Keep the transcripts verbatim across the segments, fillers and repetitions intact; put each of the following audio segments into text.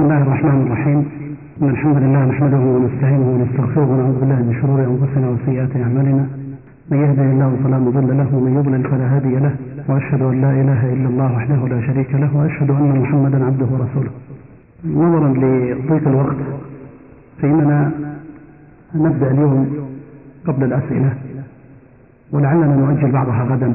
بسم الله الرحمن الرحيم. إن الحمد لله نحمده ونستعينه ونستغفره ونعوذ بالله من شرور أنفسنا وسيئات أعمالنا. من يهده الله فلا مضل له ومن يضلل فلا هادي له، وأشهد أن لا إله إلا الله وحده لا شريك له، وأشهد أن محمدا عبده ورسوله. نظرا لضيق الوقت فإننا نبدأ اليوم قبل الأسئلة، ولعلنا نؤجل بعضها غدا.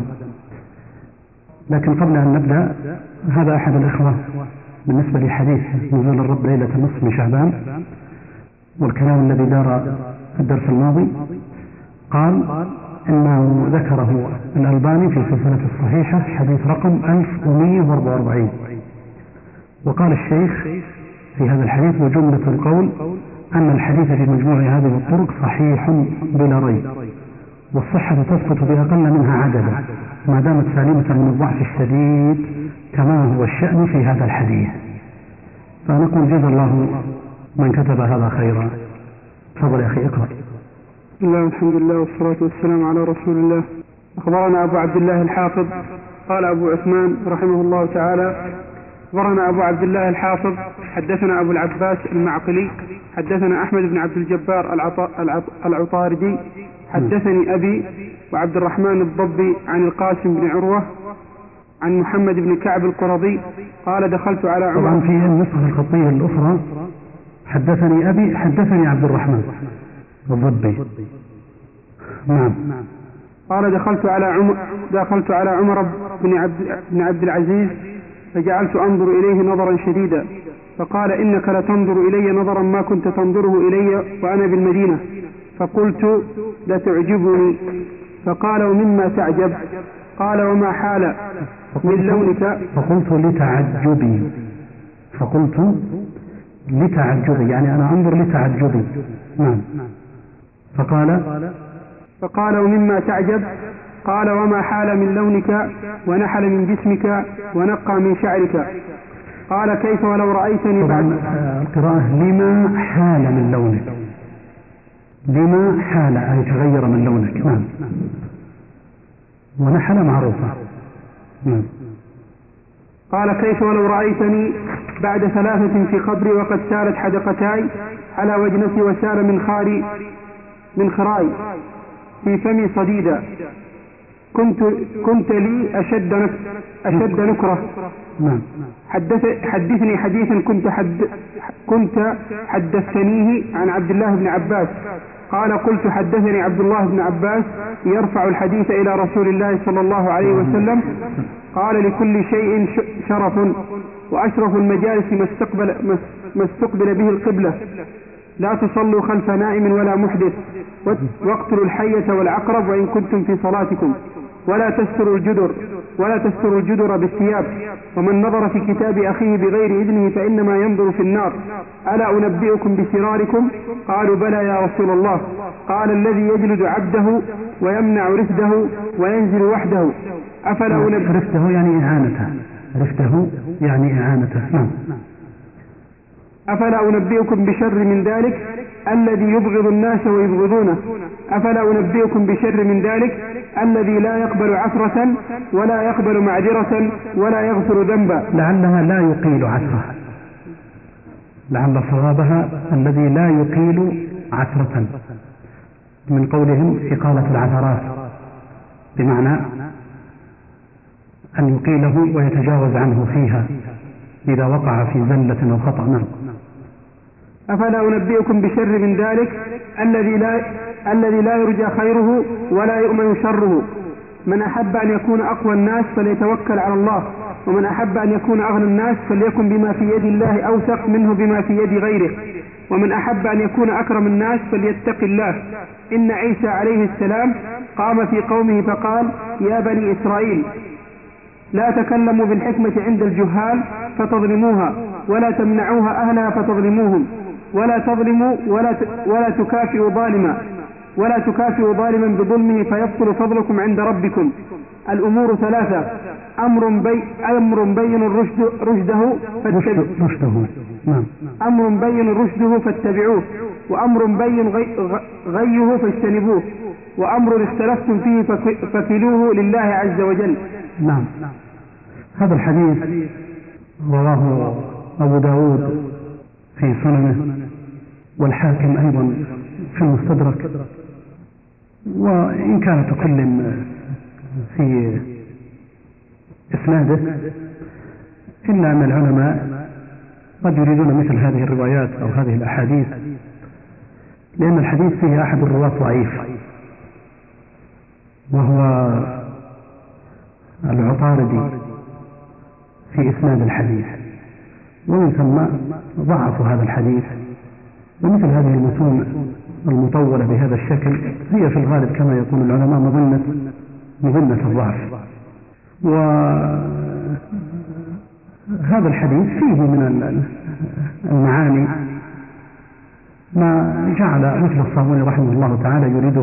لكن قبل أن نبدأ، هذا أحد الإخوة بالنسبة لحديث نزول الرب ليلة النصف من شعبان والكلام الذي دار الدرس الماضي، قال إنه ذكره الألباني في سلسلة الصحيحة حديث رقم ألف ومئة وأربعة وأربعين، وقال الشيخ في هذا الحديث وجملة القول أن الحديث في مجموع هذه الطرق صحيح بلا ريب، والصحة تسقط بأقل منها عددا ما دامت سالمة من الضعف الشديد كما هو الشأن في هذا الحديث. فنقول جزا الله من كتب هذا خيرا. تفضل يا أخي اقرأ. بسم الله والحمد لله والصلاة والسلام على رسول الله. أخبرنا أبو عبد الله الحافظ قال أبو عثمان رحمه الله تعالى: أخبرنا أبو عبد الله الحافظ حدثنا أبو العباس المعقلي حدثنا أحمد بن عبد الجبار العطاردي حدثني أبي وعبد الرحمن الضبي عن القاسم بن عروة عن محمد بن كعب القرظي قال: دخلت على عمر. طبعا في النسخة الخطية الأخرى حدثني أبي حدثني عبد الرحمن الضبي. نعم. قال: دخلت على عمر دخلت على عمر بن عبد بن عبد العزيز فجعلت أنظر إليه نظرا شديدا، فقال: إنك لتنظر إلي نظرا ما كنت تنظره إلي وأنا بالمدينة. فقلت: لتعجبني. فقال: ومما تعجب؟ قال: وما حال من لونك؟ فقلت: لتعجبي. فقلت لتعجبي يعني أنا أنظر لتعجبي. نعم. فقال فقال: ومما تعجب؟ قال: وما حال من لونك ونحل من جسمك ونقى من شعرك؟ قال: كيف ولو رأيتني بعد. القراءة لما حال من لونك، لما حال أي تغير من لونك. نعم. ونحل معروفة. نعم. قال: كيف ولو رأيتني بعد ثلاثة في قبري وقد سالت حدقتاي على وجنتي وسال من خاري من خراي في فمي صديدا، كنت كنت لي أشد نك أشد نكرة. نعم. حدث حدثني حديثا كنت حد كنت حدثتنيه عن عبد الله بن عباس. قال: قلت: حدثني عبد الله بن عباس يرفع الحديث إلى رسول الله صلى الله عليه وسلم. قال: لكل شيء شرف، وأشرف المجالس ما استقبل, ما استقبل به القبلة. لا تصلوا خلف نائم ولا محدث، واقتلوا الحية والعقرب وإن كنتم في صلاتكم، ولا تستروا الجدر ولا تستروا الجدر بالثياب، ومن نظر في كتاب أخيه بغير إذنه فإنما ينظر في النار. ألا أنبئكم بسراركم؟ قالوا: بلى يا رسول الله. قال: الذي يجلد عبده ويمنع رفده وينزل وحده. أفلا أنبئكم. رفده يعني إعانته. رفده يعني إعانته. نعم. أفلا أنبئكم بشر من ذلك الذي يبغض الناس ويبغضونه؟ أفلا أنبئكم بشر من ذلك الذي لا يقبل عثرة ولا يقبل معذرة ولا يغفر ذنبا؟ لعلها لا يقيل عثرة، لعل صوابها الذي لا يقيل عثرة، من قولهم إقالة العثرات، بمعنى أن يقيله ويتجاوز عنه فيها إذا وقع في زلة أو خطأ. نعم. أفلا أنبئكم بشر من ذلك الذي لا الذي لا يرجى خيره ولا يؤمن شره. من أحب أن يكون أقوى الناس فليتوكل على الله، ومن أحب أن يكون أغنى الناس فليكن بما في يد الله أوثق منه بما في يد غيره، ومن أحب أن يكون أكرم الناس فليتق الله. إن عيسى عليه السلام قام في قومه فقال: يا بني إسرائيل، لا تكلموا بالحكمة عند الجهال فتظلموها، ولا تمنعوها أهلها فتظلموهم، ولا تظلموا ولا ولا تكافئوا ظالما ولا تكافئوا ظالما بظلمه فيبطل فضلكم عند ربكم. الأمور ثلاثة: أمر بي أمر بين رشد رشده فاتبعوه أمر بين رشده فاتبعوه، وأمر بين غي غيه فاجتنبوه، وأمر اختلفتم فيه فكلوه لله عز وجل. نعم. هذا الحديث رواه أبو داود في سننه، والحاكم أيضا في المستدرك. وإن كانت كل في إسناده، إلا أن العلماء قد يريدون مثل هذه الروايات أو هذه الأحاديث لأن الحديث فيه أحد الرواة ضعيف، وهو العطاردي في إسناد الحديث، ومن ثم ضعفوا هذا الحديث. ومثل هذه المتون المطولة بهذا الشكل هي في الغالب كما يقول العلماء مظنة مظنة الضعف. وهذا الحديث فيه من المعاني ما جعل مثل الصابوني رحمه الله تعالى يريده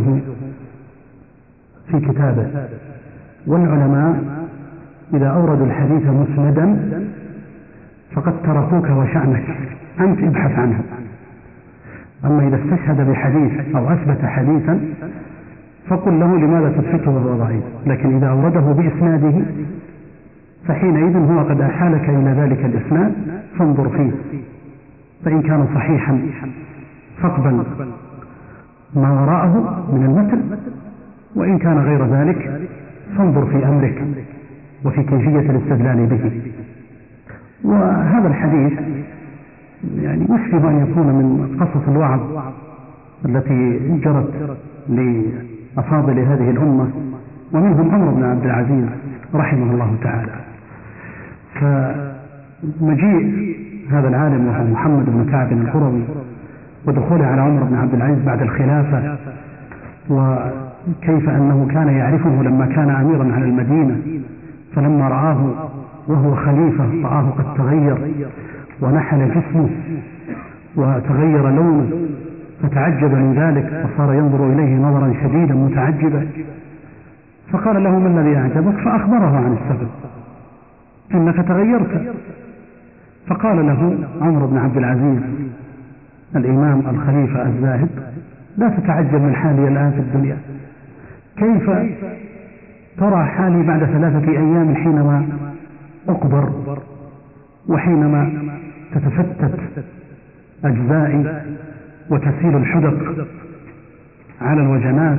في كتابه. والعلماء إذا أوردوا الحديث مسندا فقد تركوك وشأنك، أنت ابحث عنه. أما إذا استشهد بحديث أو أثبت حديثا فقل له لماذا تثبته وهو ضعيف، لكن إذا أورده بإسناده فحينئذ هو قد أحالك إلى ذلك الإسناد فانظر فيه، فإن كان صحيحا فاقبل ما وراءه من المتن، وإن كان غير ذلك فانظر في أمرك وفي كيفية الاستدلال به. وهذا الحديث يعني يشبه أن يكون من قصص الوعظ التي جرت لأفاضل هذه الأمة، ومنهم عمر بن عبد العزيز رحمه الله تعالى. فمجيء هذا العالم وهو محمد بن كعب القروي ودخوله على عمر بن عبد العزيز بعد الخلافة، وكيف أنه كان يعرفه لما كان أميرا على المدينة، فلما رآه وهو خليفة رآه قد تغير ونحل جسمه وتغير لونه، فتعجب من ذلك وصار ينظر إليه نظرا شديدا متعجبا، فقال له: ما الذي أعجبك؟ فأخبره عن السبب، إنك تغيرت. فقال له عمر بن عبد العزيز الإمام الخليفة الزاهد: لا تتعجب من حالي الآن في الدنيا، كيف ترى حالي بعد ثلاثة أيام حينما أقبر وحينما تتفتت أجزائي وتسيل الحدق على الوجنات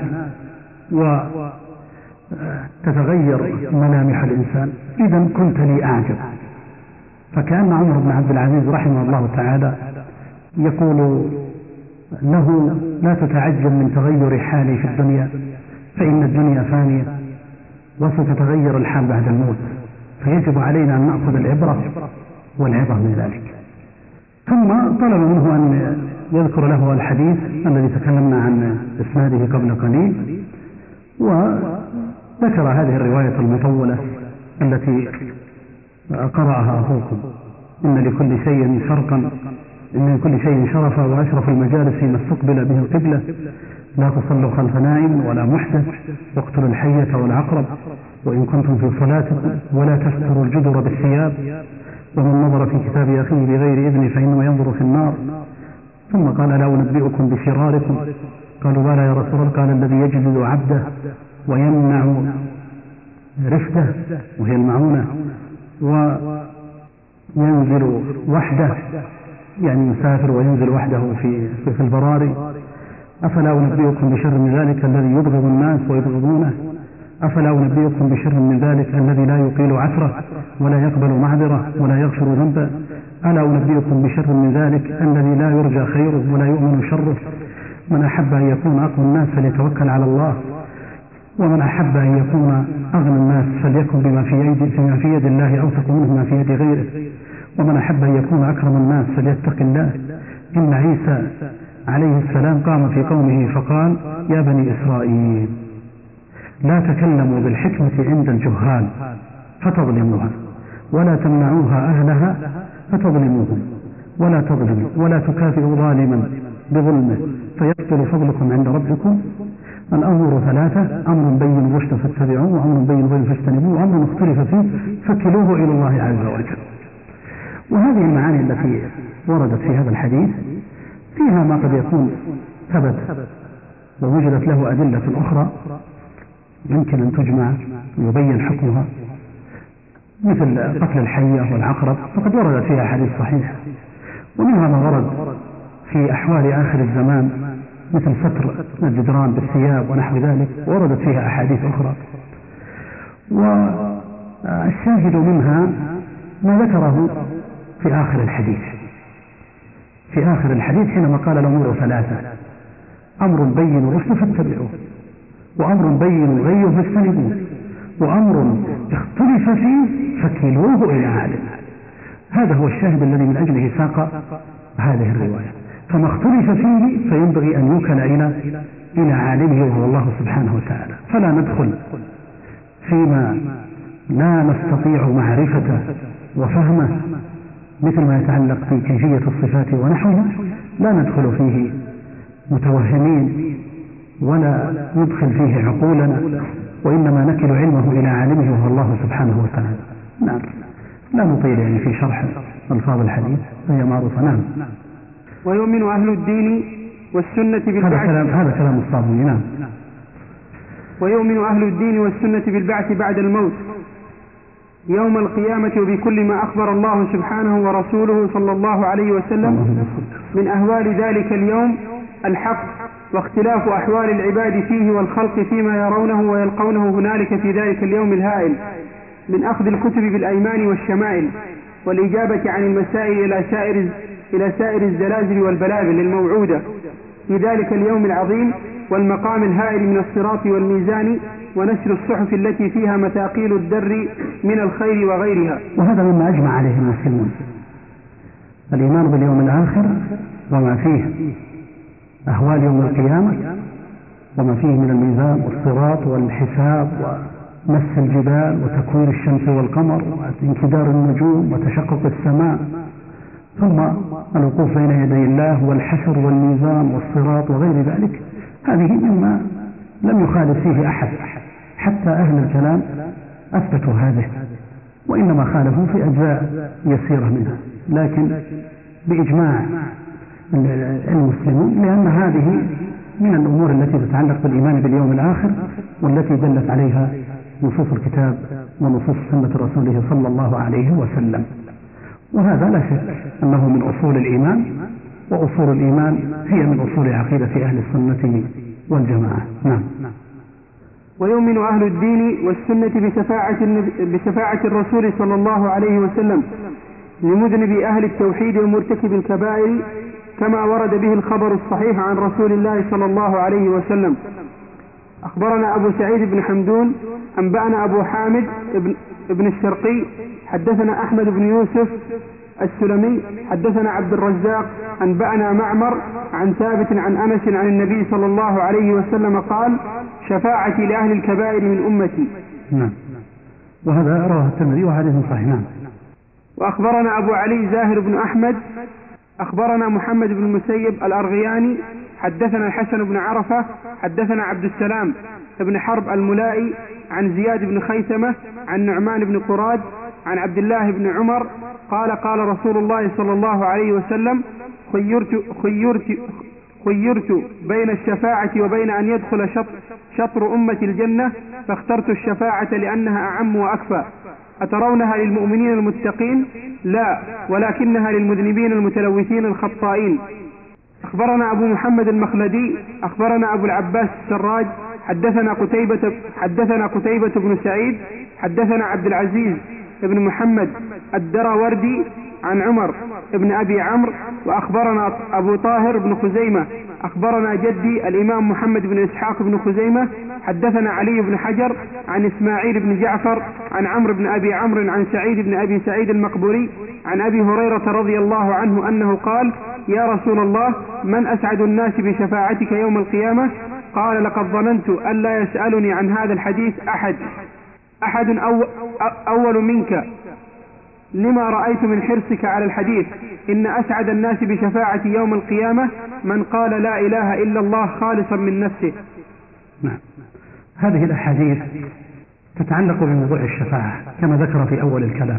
وتتغير ملامح الإنسان، إذا كنت لي أعجب. فكأن عمر بن عبد العزيز رحمه الله تعالى يقول له: لا تتعجب من تغير حالي في الدنيا، فإن الدنيا فانية وستتغير الحال بعد الموت، فيجب علينا أن نأخذ العبرة والعبرة من ذلك. ثم طلب منه أن يذكر له الحديث الذي تكلمنا عن إسناده قبل قليل، وذكر هذه الرواية المطولة التي قرأها أخوكم: إن لكل شيء شرقا، إن لكل شيء شرفا، وأشرف المجالس ما استقبل به القبلة، لا تصلوا خلف نائم ولا محدث، واقتلوا الحية والعقرب، وإن كنتم في صلاتكم، ولا تستروا الجدر بالثياب، ومن نظر في كتاب أخيه بغير إذن فإنه ينظر في النار. ثم قال: لا أنبئكم بشراركم؟ قالوا: بلى يا رسول الله. قال: الذي يجلد عبده ويمنع رفده، وهي المعونة، وينزل وحده، يعني يسافر وينزل وحده في في البراري. أفلا أنبئكم بشر من ذلك الذي يبغض الناس ويبغضونه؟ أفلا أنبئكم بشر من ذلك الذي لا يقيل عثرة ولا يقبل معذرة ولا يغفر ذنبا؟ ألا أنبئكم بشر من ذلك الذي لا يرجى خيره ولا يؤمن شره؟ من أحب أن يكون أقوى الناس فليتوكل على الله، ومن أحب أن يكون أغنى الناس فليكن بما في يد بما في يد الله أوثق منه ما في يد غيره، ومن أحب أن يكون أكرم الناس فليتق الله. إن عيسى عليه السلام قام في قومه فقال: يا بني إسرائيل، لا تكلموا بالحكمة عند الجهال فتظلموها، ولا تمنعوها أهلها فتظلموهم، ولا تظلموا ولا تكافئوا ظالما بظلمه فيبطل فضلكم عند ربكم. الأمر ثلاثة: أمر بين رشد فاتبعوه، وأمر بين بين فاجتنبوه، وأمر اختلف فيه فكلوه إلى الله عز وجل. وهذه المعاني التي وردت في هذا الحديث فيها ما قد يكون ثبت ووجدت له أدلة أخرى يمكن أن تجمع ويبين حكمها، مثل قتل الحية والعقرب، فقد وردت فيها حديث صحيح. ومنها ما ورد في أحوال آخر الزمان مثل ستر الجدران بالثياب ونحو ذلك، وردت فيها أحاديث أخرى. والشاهد منها ما ذكره في آخر الحديث في آخر الحديث حينما قال الأمور ثلاثة: أمر بين الرشد فاتبعوه، وأمر بين الغي فاجتنبوه، وأمر اختلف فيه فكلوه إلى عالم. هذا هو الشاهد الذي من أجله ساق هذه الرواية. فما اختلف فيه فينبغي أن يوكل إلى إلى عالمه وهو الله سبحانه وتعالى، فلا ندخل فيما لا نستطيع معرفته وفهمه مثل ما يتعلق في كيفية الصفات ونحوها، لا ندخل فيه متوهمين ولا ندخل فيه عقولنا، وإنما نكل علمه إلى عالمه وهو الله سبحانه وتعالى. نعم، لا نطيل يعني في شرح ألفاظ الحديث، هي معروفة. نعم. ويؤمن أهل الدين والسنة بالبعث. هذا كلام هذا كلام الصابوني. نعم. ويؤمن أهل الدين والسنة بالبعث بعد الموت يوم القيامة وبكل ما أخبر الله سبحانه ورسوله صلى الله عليه وسلم من أهوال ذلك اليوم الحق، واختلاف أحوال العباد فيه والخلق فيما يرونه ويلقونه هنالك في ذلك اليوم الهائل، من أخذ الكتب بالأيمان والشمائل، والإجابة عن المسائل إلى سائر إلى سائر الزلازل والبلابل الموعودة في ذلك اليوم العظيم، والمقام الهائل من الصراط والميزان، ونشر الصحف التي فيها مثاقيل الدر من الخير وغيرها. وهذا مما أجمع عليه المسلمون: الإيمان باليوم الآخر وما فيه أهوال يوم القيامة، وما فيه من الميزان والصراط والحساب ومس الجبال وتكوير الشمس والقمر وانكدار النجوم وتشقق السماء، ثم الوقوف بين يدي الله والحشر والميزان والصراط وغير ذلك. هذه مما لم يخالف فيه أحد، حتى أهل الكلام أثبتوا هذه، وإنما خالفوا في أجزاء يسيرة منها، لكن بإجماع المسلمون، لأن هذه من الأمور التي تتعلق بالإيمان باليوم الآخر، والتي دلت عليها نصوص الكتاب ونصوص سنة رسوله صلى الله عليه وسلم. وهذا لا شك أنه من أصول الإيمان، وأصول الإيمان هي من أصول عقيدة أهل السنة والجماعة. نعم. ويؤمن أهل الدين والسنة بشفاعة, بشفاعة الرسول صلى الله عليه وسلم لمذنب أهل التوحيد ومرتكب الكبائر، كما ورد به الخبر الصحيح عن رسول الله صلى الله عليه وسلم. أخبرنا أبو سعيد بن حمدون أنبأنا أبو حامد ابن الشرقي حدثنا أحمد بن يوسف السلمي حدثنا عبد الرزاق أنبأنا معمر عن ثابت عن أنس عن النبي صلى الله عليه وسلم قال: شفاعتي لأهل الكبائر من أمتي. نعم. وهذا رواه الترمذي وحديث صحيح. نعم. وأخبرنا أبو علي زاهر بن أحمد أخبرنا محمد بن المسيب الأرغياني حدثنا الحسن بن عرفة حدثنا عبد السلام بن حرب الملائي عن زياد بن خيثمة عن نعمان بن قراد عن عبد الله بن عمر قال: قال رسول الله صلى الله عليه وسلم: خيرت, خيرت, خيرت بين الشفاعة وبين أن يدخل شطر, شطر أمة الجنة، فاخترت الشفاعة لأنها أعم وأكفى. أترونها للمؤمنين المتقين؟ لا، ولكنها للمذنبين المتلوثين الخطائين. أخبرنا أبو محمد المخلدي أخبرنا أبو العباس السراج حدثنا قتيبة حدثنا قتيبة بن سعيد حدثنا عبد العزيز بن محمد الدراوردي عن عمر ابن أبي عمرو. وأخبرنا أبو طاهر بن خزيمة أخبرنا جدي الإمام محمد بن إسحاق بن خزيمة حدثنا علي بن حجر عن إسماعيل بن جعفر عن عمرو بن أبي عمرو عن سعيد بن أبي سعيد المقبوري عن أبي هريرة رضي الله عنه أنه قال: يا رسول الله، من أسعد الناس بشفاعتك يوم القيامة؟ قال: لقد ظننت ألا يسألني عن هذا الحديث أحد أحد أو أول منك، لما رأيت من حرصك على الحديث. إن أسعد الناس بشفاعة يوم القيامة من قال لا إله إلا الله خالصا من نفسه. نعم. هذه الأحاديث تتعلق بموضوع الشفاعة كما ذكر في أول الكلام،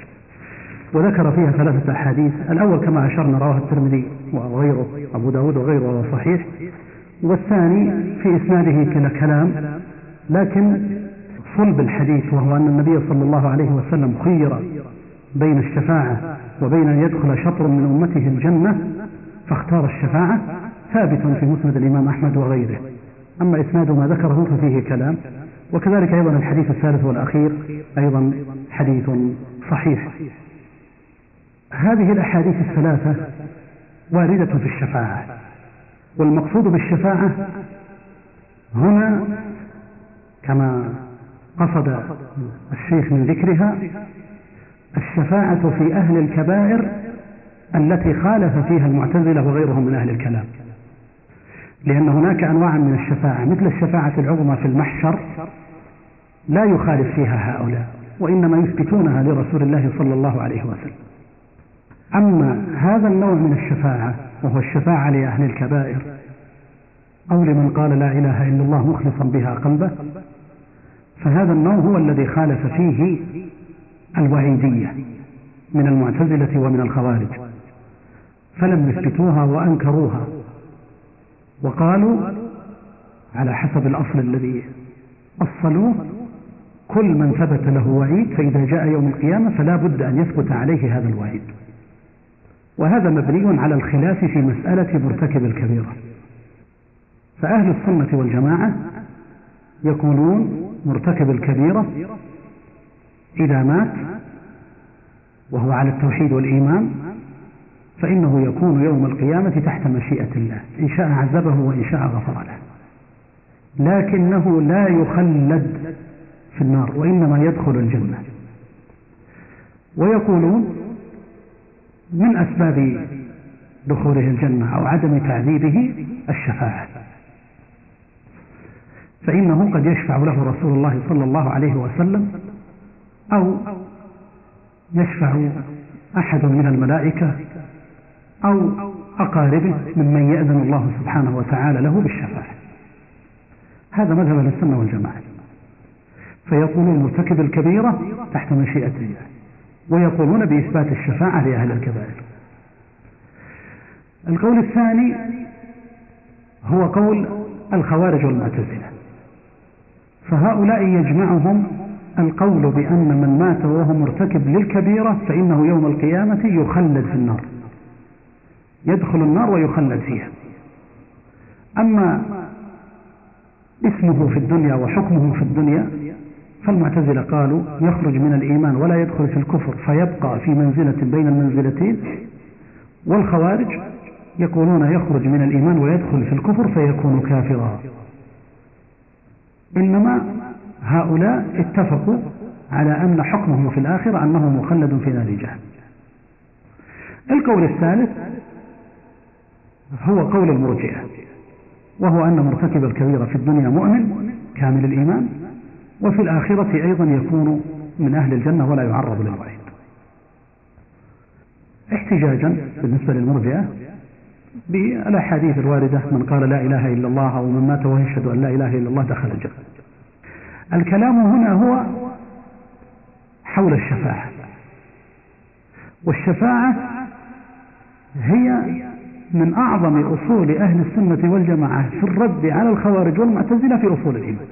وذكر فيها ثلاثة أحاديث. الأول كما أشرنا رواه الترمذي وغيره، أبو داود وغيره، وهو صحيح. والثاني في إسناده كلام، لكن صلب الحديث وهو أن النبي صلى الله عليه وسلم خير بين الشفاعة وبين أن يدخل شطر من أمته الجنة فاختار الشفاعة ثابت في مسند الإمام أحمد وغيره. أما إسناد ما ذكره ففيه كلام. وكذلك أيضا الحديث الثالث والأخير أيضا حديث صحيح. هذه الأحاديث الثلاثة واردة في الشفاعة، والمقصود بالشفاعة هنا كما قصد الشيخ من ذكرها الشفاعة في أهل الكبائر التي خالف فيها المعتزلة وغيرهم من أهل الكلام، لأن هناك أنواع من الشفاعة مثل الشفاعة العظمى في المحشر لا يخالف فيها هؤلاء، وإنما يثبتونها لرسول الله صلى الله عليه وسلم. أما هذا النوع من الشفاعة وهو الشفاعة لأهل الكبائر أو لمن قال لا إله إلا الله مخلصا بها قلبه، فهذا النوع هو الذي خالف فيه الوعيدية من المعتزلة ومن الخوارج، فلم يثبتوها وأنكروها، وقالوا على حسب الأصل الذي أصلوه كل من ثبت له وعيد فإذا جاء يوم القيامة فلا بد أن يثبت عليه هذا الوعيد. وهذا مبني على الخلاف في مسألة مرتكب الكبيرة. فأهل السنة والجماعة يقولون مرتكب الكبيرة إذا مات وهو على التوحيد والإيمان فإنه يكون يوم القيامة تحت مشيئة الله، إن شاء عذبه وإن شاء غفر له، لكنه لا يخلد في النار وإنما يدخل الجنة. ويقولون من أسباب دخوله الجنة أو عدم تعذيبه الشفاعة، فإنه قد يشفع له رسول الله صلى الله عليه وسلم أو يشفع أحد من الملائكة أو أقاربه ممن يأذن الله سبحانه وتعالى له بالشفاعة. هذا مذهب أهل السنة والجماعة. فيقولون مرتكب الكبيرة تحت مشيئة الله، ويقولون بإثبات الشفاعة لأهل الكبائر. القول الثاني هو قول الخوارج والمعتزلة، فهؤلاء يجمعهم القول بأن من مات وهو مرتكب للكبيرة فإنه يوم القيامة يخلد في النار، يدخل النار ويخلد فيها. أما اسمه في الدنيا وحكمه في الدنيا فالمعتزلة قالوا يخرج من الإيمان ولا يدخل في الكفر فيبقى في منزلة بين المنزلتين، والخوارج يقولون يخرج من الإيمان ويدخل في الكفر فيكون كافرا. إنما هؤلاء اتفقوا على أن حكمه في الآخرة أنه مخلد في نار جهنم. القول الثالث هو قول المرجئة، وهو أن مرتكب الكبيرة في الدنيا مؤمن كامل الإيمان، وفي الآخرة أيضا يكون من أهل الجنة ولا يعرض للوعيد. احتجاجا بالنسبة للمرجئة بالأحاديث الواردة من قال لا إله إلا الله أو من مات ويشهد أن لا إله إلا الله دخل الجنة. الكلام هنا هو حول الشفاعة، والشفاعة هي من أعظم أصول أهل السنة والجماعة في الرد على الخوارج والمعتزلة في أصول الإيمان،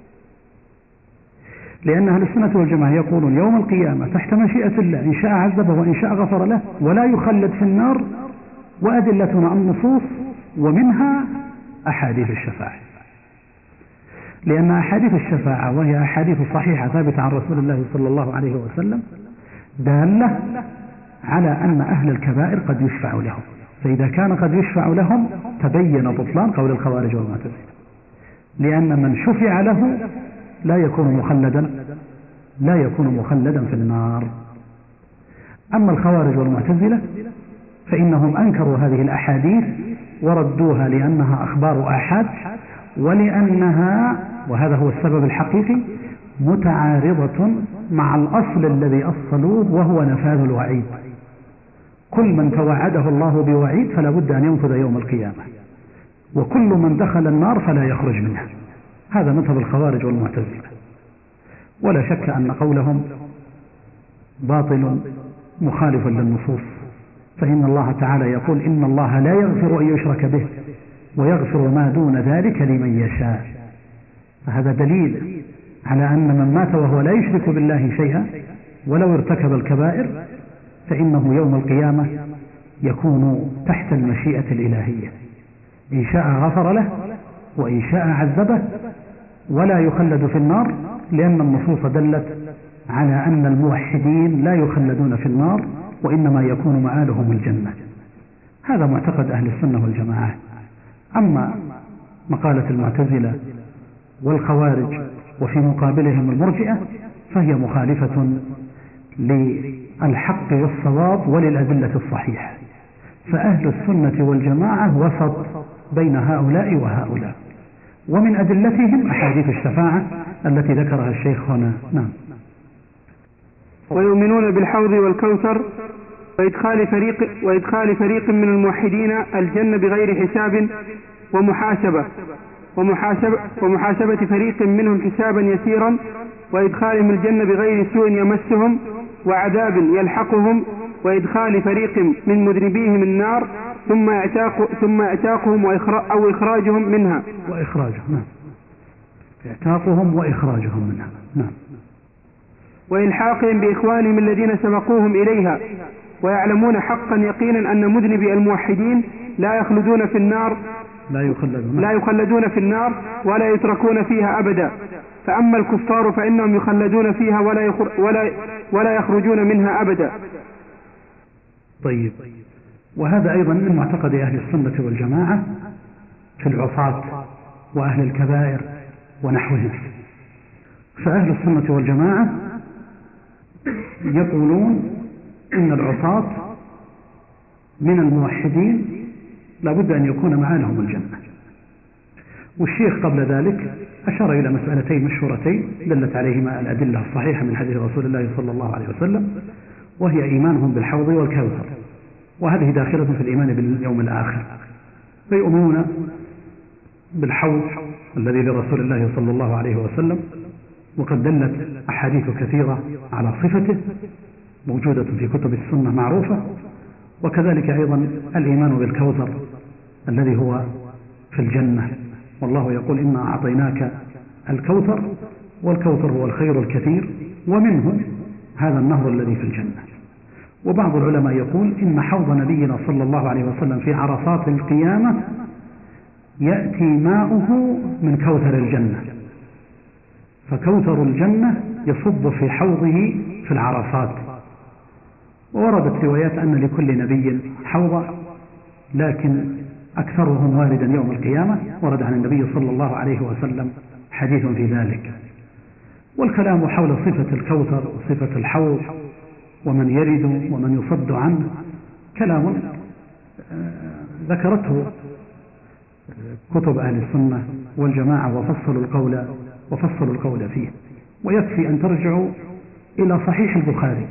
لأن أهل السنة والجماعة يقولون يوم القيامة تحت مشيئة الله إن شاء عذبه وإن شاء غفر له ولا يخلد في النار، وأدلتنا النصوص ومنها أحاديث الشفاعة، لأن أحاديث الشفاعة وهي أحاديث صحيحة ثابتة عن رسول الله صلى الله عليه وسلم دالة على أن أهل الكبائر قد يشفع لهم، فإذا كان قد يشفع لهم تبين بطلان قول الخوارج والمعتزلة، لأن من شفع له لا يكون مخلدا لا يكون مخلدا في النار. أما الخوارج والمعتزلة فإنهم أنكروا هذه الأحاديث وردوها لأنها أخبار آحاد، ولأنها وهذا هو السبب الحقيقي متعارضة مع الأصل الذي أصلوه وهو نفاذ الوعيد. كل من توعده الله بوعيد فلا بد أن ينفذ يوم القيامة، وكل من دخل النار فلا يخرج منها. هذا مذهب الخوارج والمعتزلة، ولا شك أن قولهم باطل مخالف للنصوص، فإن الله تعالى يقول إن الله لا يغفر أن يشرك به ويغفر ما دون ذلك لمن يشاء. فهذا دليل على أن من مات وهو لا يشرك بالله شيئا ولو ارتكب الكبائر فإنه يوم القيامة يكون تحت المشيئة الإلهية، إن شاء غفر له وإن شاء عذبه، ولا يخلد في النار، لأن النصوص دلت على أن الموحدين لا يخلدون في النار وإنما يكون مآلهم الجنة. هذا معتقد أهل السنة والجماعة. أما مقالة المعتزلة والخوارج وفي مقابلهم المرجئة فهي مخالفة للحق والصواب وللأدلة الصحيحة، فأهل السنة والجماعة وسط بين هؤلاء وهؤلاء، ومن أدلتهم أحاديث الشفاعة التي ذكرها الشيخ هنا. نعم. ويؤمنون بالحوض والكوثر وإدخال فريق, وإدخال فريق من الموحدين الجنة بغير حساب ومحاسبة ومحاسبة, ومحاسبة فريق منهم حسابا يسيرا، وإدخالهم الجنة بغير سوء يمسهم وعذاب يلحقهم، وإدخال فريق من مذنبيهم النار ثم اعتاق ثم اعتاقهم أو إخراجهم منها وإخراجهم نعم اعتاقهم وإخراجهم منها نعم وإلحاقهم بإخوانهم الذين سبقوهم إليها، ويعلمون حقا يقينا أن مذنبي الموحدين لا يخلدون في النار لا يخلدون لا يخلدون في النار ولا يتركون فيها أبدا، فأما الكفار فإنهم يخلدون فيها ولا ولا ولا يخرجون منها أبدا. طيب، وهذا أيضا من معتقد أهل السنة والجماعة في العصاة وأهل الكبائر ونحوهم. فأهل السنة والجماعة يقولون إن العصاة من الموحدين لابد أن يكون معانهم الجنة. والشيخ قبل ذلك أشار إلى مسألتين مشهورتين دلت عليهما الأدلة الصحيحة من حديث رسول الله صلى الله عليه وسلم، وهي إيمانهم بالحوض والكوثر، وهذه داخلة في الإيمان باليوم الآخر. فيؤمنون بالحوض الذي لرسول الله صلى الله عليه وسلم، وقد دلت أحاديث كثيرة على صفته موجودة في كتب السنة معروفة، وكذلك أيضا الإيمان بالكوثر الذي هو في الجنة، والله يقول إنا أعطيناك الكوثر، والكوثر هو الخير الكثير ومنه هذا النهر الذي في الجنة. وبعض العلماء يقول إن حوض نبينا صلى الله عليه وسلم في عرصات القيامة يأتي ماؤه من كوثر الجنة، فكوثر الجنة يصب في حوضه في العرصات. ووردت روايات أن لكل نبي حوض، لكن أكثرهم واردا يوم القيامة، ورد عن النبي صلى الله عليه وسلم حديث في ذلك. والكلام حول صفة الكوثر وصفة الحوض ومن يرد ومن يصد عنه كلام ذكرته كتب أهل السنة والجماعة وفصلوا القول وفصلوا القول فيه. ويكفي أن ترجعوا إلى صحيح البخاري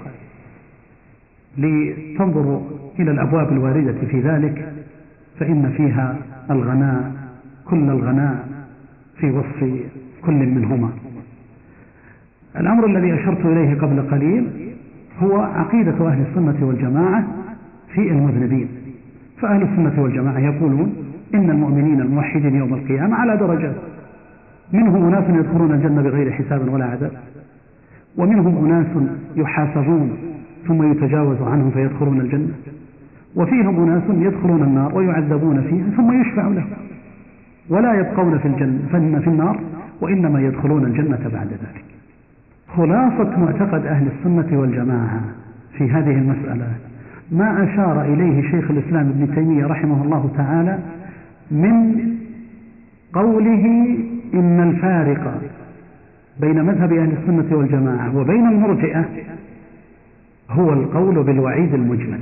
لتنظروا إلى الأبواب الواردة في ذلك، فإن فيها الغناء كل الغناء في وصف كل منهما. الأمر الذي أشرت إليه قبل قليل هو عقيدة أهل السنة والجماعة في المذنبين. فأهل السنة والجماعة يقولون إن المؤمنين الموحدين يوم القيامة على درجات، منهم أناس يدخلون الجنة بغير حساب ولا عذاب، ومنهم أناس يحاسبون ثم يتجاوز عنهم فيدخلون الجنة، وفيهم أناس يدخلون النار ويعذبون فيها ثم يشفع لهم ولا يبقون في الجنة فإن في النار، وإنما يدخلون الجنة بعد ذلك. خلاصة معتقد أهل السنة والجماعة في هذه المسألة ما أشار إليه شيخ الإسلام ابن تيمية رحمه الله تعالى من قوله إن الفارق بين مذهب أهل السنة والجماعة وبين المرجئة هو القول بالوعيد المجمل.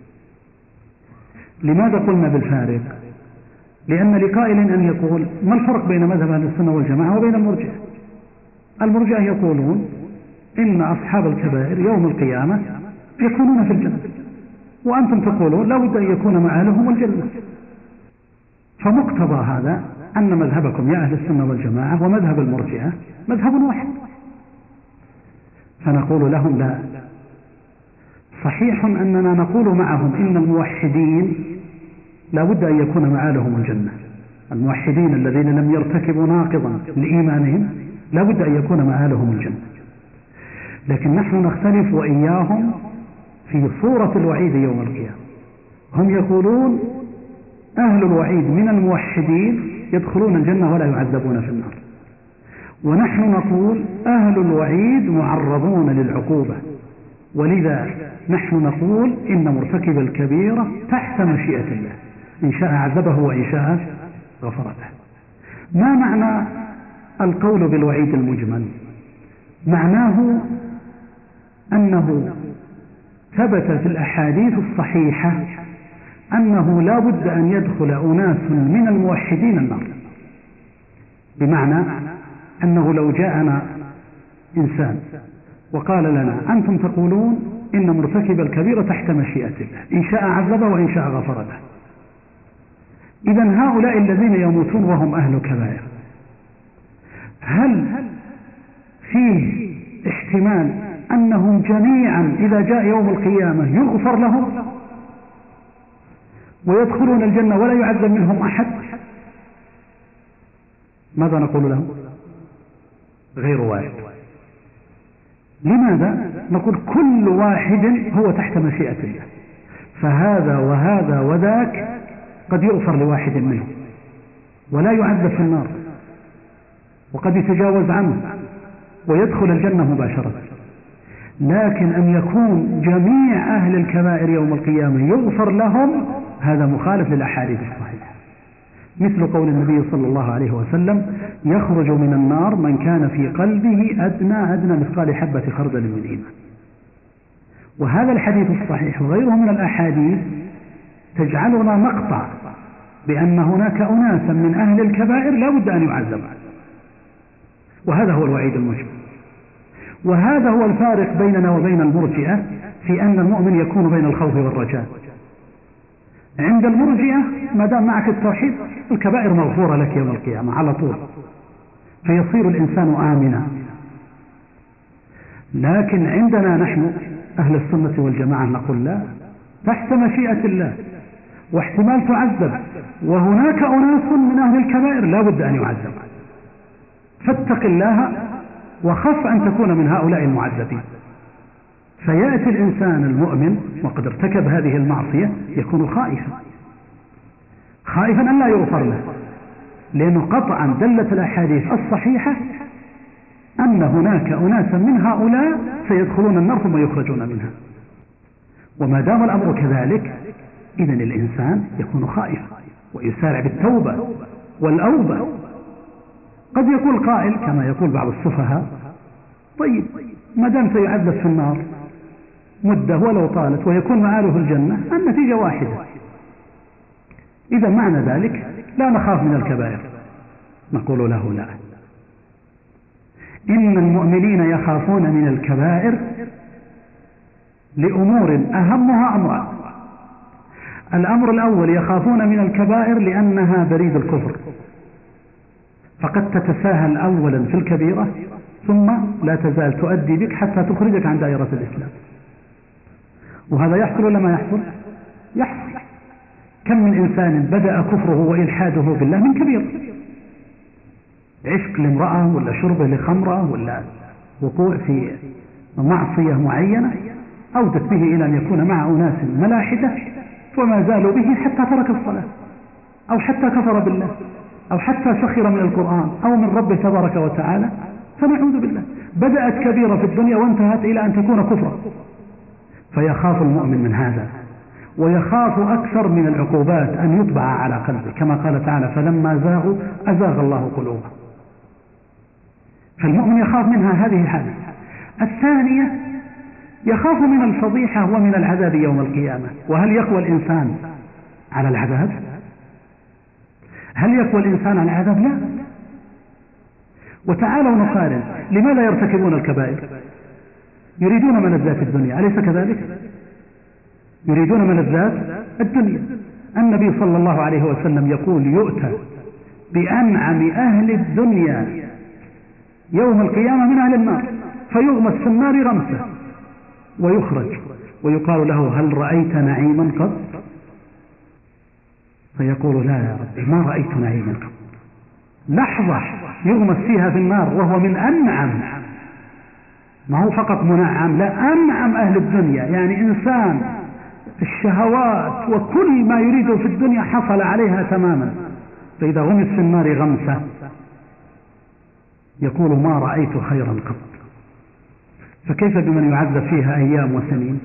لماذا قلنا بالفارق؟ لأن لقائل أن يقول ما الفرق بين مذهب أهل السنة والجماعة وبين المرجئة؟ المرجئة يقولون إن أصحاب الكبائر يوم القيامة يكونون في الجنة، وأنتم تقولون لا بد أن يكون معالهم الجنة. فمقتضى هذا أن مذهبكم يا أهل السنة والجماعة ومذهب المرجئة مذهب واحد. فنقول لهم لا، صحيح أننا نقول معهم إن الموحدين لا بد أن يكون معالهم الجنة، الموحدين الذين لم يرتكبوا ناقضا لإيمانهم لا بد أن يكون معالهم الجنة، لكن نحن نختلف وإياهم في صورة الوعيد يوم القيامة. هم يقولون أهل الوعيد من الموحدين يدخلون الجنة ولا يعذبون في النار، ونحن نقول أهل الوعيد معرضون للعقوبة، ولذا نحن نقول إن مرتكب الكبيرة تحت مشيئة الله، إن شاء عذبه وإن شاء غفر له. ما معنى القول بالوعيد المجمل؟ معناه أنه ثبت في الأحاديث الصحيحة أنه لا بد أن يدخل أناس من الموحدين النار، بمعنى أنه لو جاءنا إنسان وقال لنا أنتم تقولون إن مرتكب الكبيرة تحت مشيئة الله، إن شاء عذبه وإن شاء غفر له، إذن هؤلاء الذين يموتون وهم أهل كبائر هل فيه احتمال أنهم جميعا إذا جاء يوم القيامة يغفر لهم ويدخلون الجنة ولا يعذب منهم أحد؟ ماذا نقول لهم؟ غير واحد. لماذا؟ نقول كل واحد هو تحت مشيئة الله، فهذا وهذا وذاك قد يغفر لواحد منهم ولا يعذب في النار، وقد يتجاوز عنه ويدخل الجنة مباشرة. لكن أن يكون جميع أهل الكبائر يوم القيامة يغفر لهم، هذا مخالف للأحاديث الصحيحة، مثل قول النبي صلى الله عليه وسلم: يخرج من النار من كان في قلبه أدنى أدنى مثقال حبة خردل من إيمان. وهذا الحديث الصحيح وغيره من الأحاديث تجعلنا نقطع بأن هناك أناسا من أهل الكبائر لا بد أن يعذب، وهذا هو الوعيد المجمل. وهذا هو الفارق بيننا وبين المرجئة في أن المؤمن يكون بين الخوف والرجاء. عند المرجئة ما دام معك التوحيد الكبائر مغفورة لك يوم القيامة على طول، فيصير الإنسان آمنا. لكن عندنا نحن أهل السنة والجماعة نقول لا، تحت مشيئة الله، واحتمال تعذب، وهناك أناس من أهل الكبائر لا بد أن يعذب، فاتق الله وخف أن تكون من هؤلاء المعذبين. فيأتي الإنسان المؤمن وقد ارتكب هذه المعصية يكون خائفا خائفا أن لا يغفر له، لأنه قطعا دلت الأحاديث الصحيحة أن هناك أناسا من هؤلاء سيدخلون النار ثم يخرجون منها. وما دام الأمر كذلك إذن الإنسان يكون خائفا ويسارع بالتوبة والأوبة. قد يقول قائل كما يقول بعض السفهاء: طيب ما دام سيعذب في النار مدة ولو طالت ويكون مآله الجنة، النتيجة واحدة، إذا معنى ذلك لا نخاف من الكبائر. نقول له لا، إن المؤمنين يخافون من الكبائر لأمور أهمها أمران. الأمر الأول يخافون من الكبائر لأنها بريد الكفر، فقد تتساهل أولا في الكبيرة ثم لا تزال تؤدي بك حتى تخرجك عن دائرة الإسلام، وهذا يحصل ولا ما يحصل؟ يحصل. كم من إنسان بدأ كفره وإلحاده بالله من كبير، عشق لامرأة ولا شربه لخمرة ولا وقوع في معصية معينة أودت به إلى أن يكون مع أناس ملاحدة وما زالوا به حتى ترك الصلاة أو حتى كفر بالله أو حتى سخر من القرآن أو من ربه تبارك وتعالى، فنعوذ بالله. بدأت كبيرة في الدنيا وانتهت إلى أن تكون كفرا. فيخاف المؤمن من هذا، ويخاف أكثر من العقوبات أن يطبع على قلبه، كما قال تعالى: فلما زاغوا أزاغ الله قلوبهم. فالمؤمن يخاف منها هذه الحالة. الثانية يخاف من الفضيحة ومن العذاب يوم القيامة. وهل يقوى الإنسان على العذاب؟ هل يقوى الإنسان على العذاب؟ لا. وتعالوا نقارن، لماذا يرتكبون الكبائر؟ يريدون ملذات الدنيا، أليس كذلك؟ يريدون ملذات الدنيا. النبي صلى الله عليه وسلم يقول: يؤتى بأنعم أهل الدنيا يوم القيامة من أهل النار فيغمس في النار غمسة ويخرج ويقال له: هل رأيت نعيما قط؟ فيقول: لا يا رب، ما رأيت نعيما قط. لحظة يغمس فيها في النار وهو من أنعم ما هو فقط منعم، لا، أنعم أهل الدنيا، يعني إنسان الشهوات وكل ما يريده في الدنيا حصل عليها تماما، فإذا غمس في النار غمسة يقول ما رأيت خيرا قط. فكيف بمن يعذب فيها أيام وسنين؟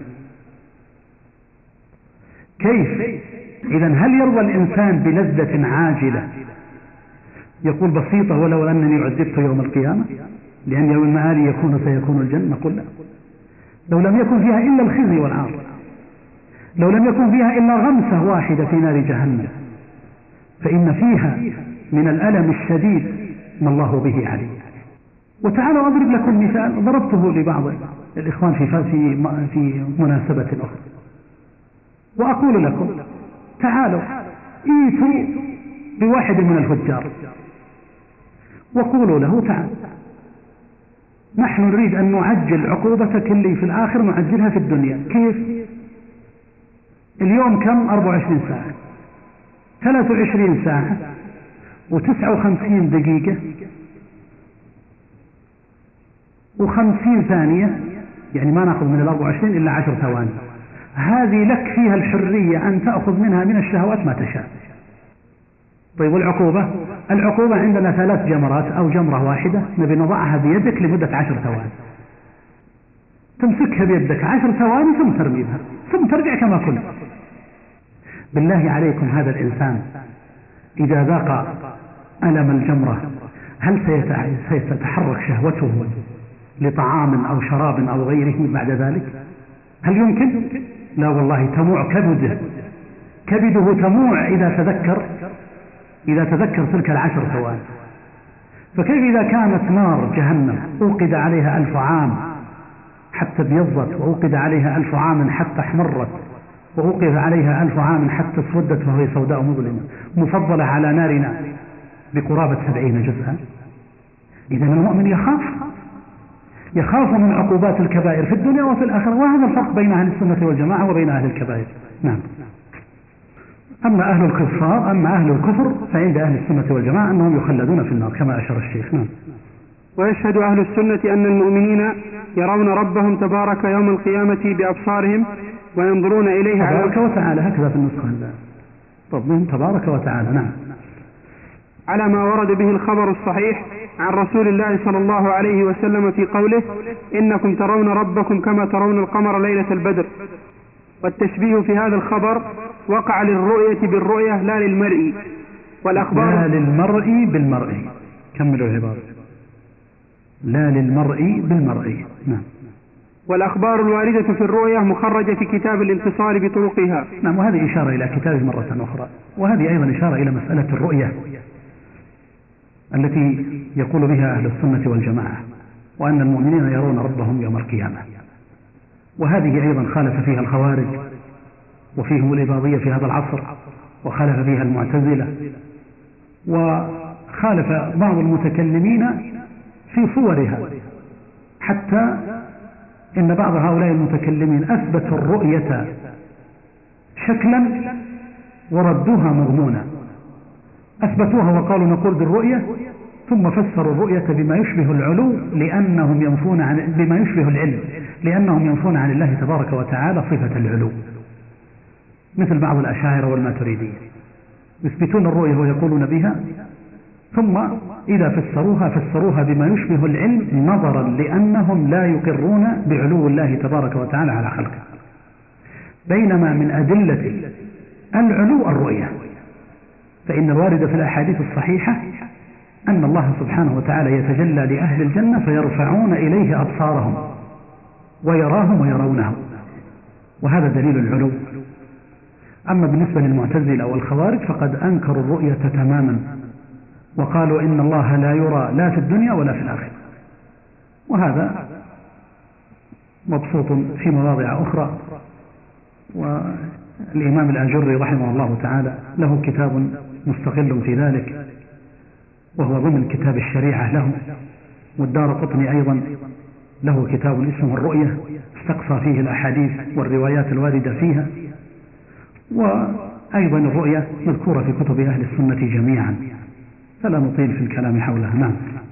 كيف؟ إذن هل يرضى الإنسان بلذة عاجلة يقول بسيطة ولو أنني عذبت يوم القيامة لأن يوم المآل يكون سيكون الجنة؟ نقول لا. لو لم يكن فيها إلا الخزي والعار، لو لم يكن فيها إلا غمسة واحدة في نار جهنم، فإن فيها من الألم الشديد ما الله به عليم. وتعالوا أضرب لكم مثال ضربته لبعض الإخوان في في في مناسبة أخرى، وأقول لكم تعالوا ايتوا بواحد من الفجار وقولوا له تعال نحن نريد أن نعجل عقوبتك اللي في الآخر نعجلها في الدنيا. كيف؟ اليوم كم؟ أربعة وعشرين ساعة، ثلاثة وعشرين ساعة وتسعة وخمسين دقيقة وخمسين ثانية، يعني ما نأخذ من الأربعة وعشرين إلا عشر ثواني، هذه لك فيها الحرية أن تأخذ منها من الشهوات ما تشاء. طيب والعقوبة؟ العقوبة عندنا ثلاث جمرات أو جمرة واحدة نبي نضعها بيدك لمدة عشر ثواني، تمسكها بيدك عشر ثواني ثم ترميها ثم ترجع كما كنت. بالله عليكم هذا الإنسان إذا ذاق ألم الجمرة هل سيتحرك شهوته لطعام أو شراب أو غيره بعد ذلك؟ هل يمكن؟ لا والله، تموع كبده كبده تموع إذا تذكر إذا تذكر تلك العشر ثواني. فكيف إذا كانت نار جهنم أوقد عليها ألف عام حتى ابيضت، وأوقد عليها ألف عام حتى احمرت، وأوقد عليها ألف عام حتى اسودت وهي سوداء مظلمة، مفضلة على نارنا بقرابة سبعين جزءا. إذن المؤمن يخاف يخاف من عقوبات الكبائر في الدنيا وفي الآخرة، وهذا الفرق بين أهل السنة والجماعة وبين أهل الكبائر. نعم. أما أهل الكفار أما أهل الكفر فعند أهل السنة والجماعة أنهم يخلدون في النار كما أشار الشيخ. نعم. ويشهد أهل السنة أن المؤمنين يرون ربهم تبارك يوم القيامة بأبصارهم وينظرون إليه تبارك وتعالى، هكذا في النسخة ربهم تبارك وتعالى. نعم. على ما ورد به الخبر الصحيح عن رسول الله صلى الله عليه وسلم في قوله إنكم ترون ربكم كما ترون القمر ليلة البدر. والتشبيه في هذا الخبر وقع للرؤية بالرؤية لا للمرء، والأخبار لا للمرء بالمرء. كملوا العبارة. لا للمرء بالمرء. نعم. والأخبار الواردة في الرؤية مخرجة في كتاب الانتصار بطرقها. نعم. وهذه إشارة إلى كتابه مرة أخرى، وهذه أيضا إشارة إلى مسألة الرؤية التي يقول بها أهل السنة والجماعة، وأن المؤمنين يرون ربهم يوم القيامة. وهذه أيضا خالف فيها الخوارج وفيهم الإباضية في هذا العصر، وخالف فيها المعتزلة، وخالف بعض المتكلمين في صورها، حتى إن بعض هؤلاء المتكلمين أثبتوا الرؤية شكلا وردوها مضمونا. أثبتوها وقالوا نقول بالرؤية، ثم فسروا الرؤية بما يشبه العلو لأنهم ينفون عن بما يشبه العلم لأنهم ينفون عن الله تبارك وتعالى صفة العلو، مثل بعض الأشاعرة والماتريدية يثبتون الرؤية ويقولون بها، ثم إذا فسروها فسروها بما يشبه العلم نظرا لأنهم لا يقرون بعلو الله تبارك وتعالى على خلقه. بينما من أدلة العلو الرؤية، فإن الوارد في الأحاديث الصحيحة أن الله سبحانه وتعالى يتجلى لأهل الجنة فيرفعون إليه أبصارهم ويراهم ويرونه، وهذا دليل العلو. أما بالنسبة للمعتزلة والخوارج فقد أنكروا الرؤية تماما، وقالوا إن الله لا يرى لا في الدنيا ولا في الآخرة، وهذا مبسوط في مواضع أخرى. والإمام الآجري رحمه الله تعالى له كتاب مستقل في ذلك، وهو ضمن كتاب الشريعة له. والدارقطني أيضا له كتاب اسمه الرؤية، استقصى فيه الأحاديث والروايات الواردة فيها. وأيضا الرؤية مذكورة في كتب أهل السنة جميعا، فلا نطيل في الكلام حولها. نعم.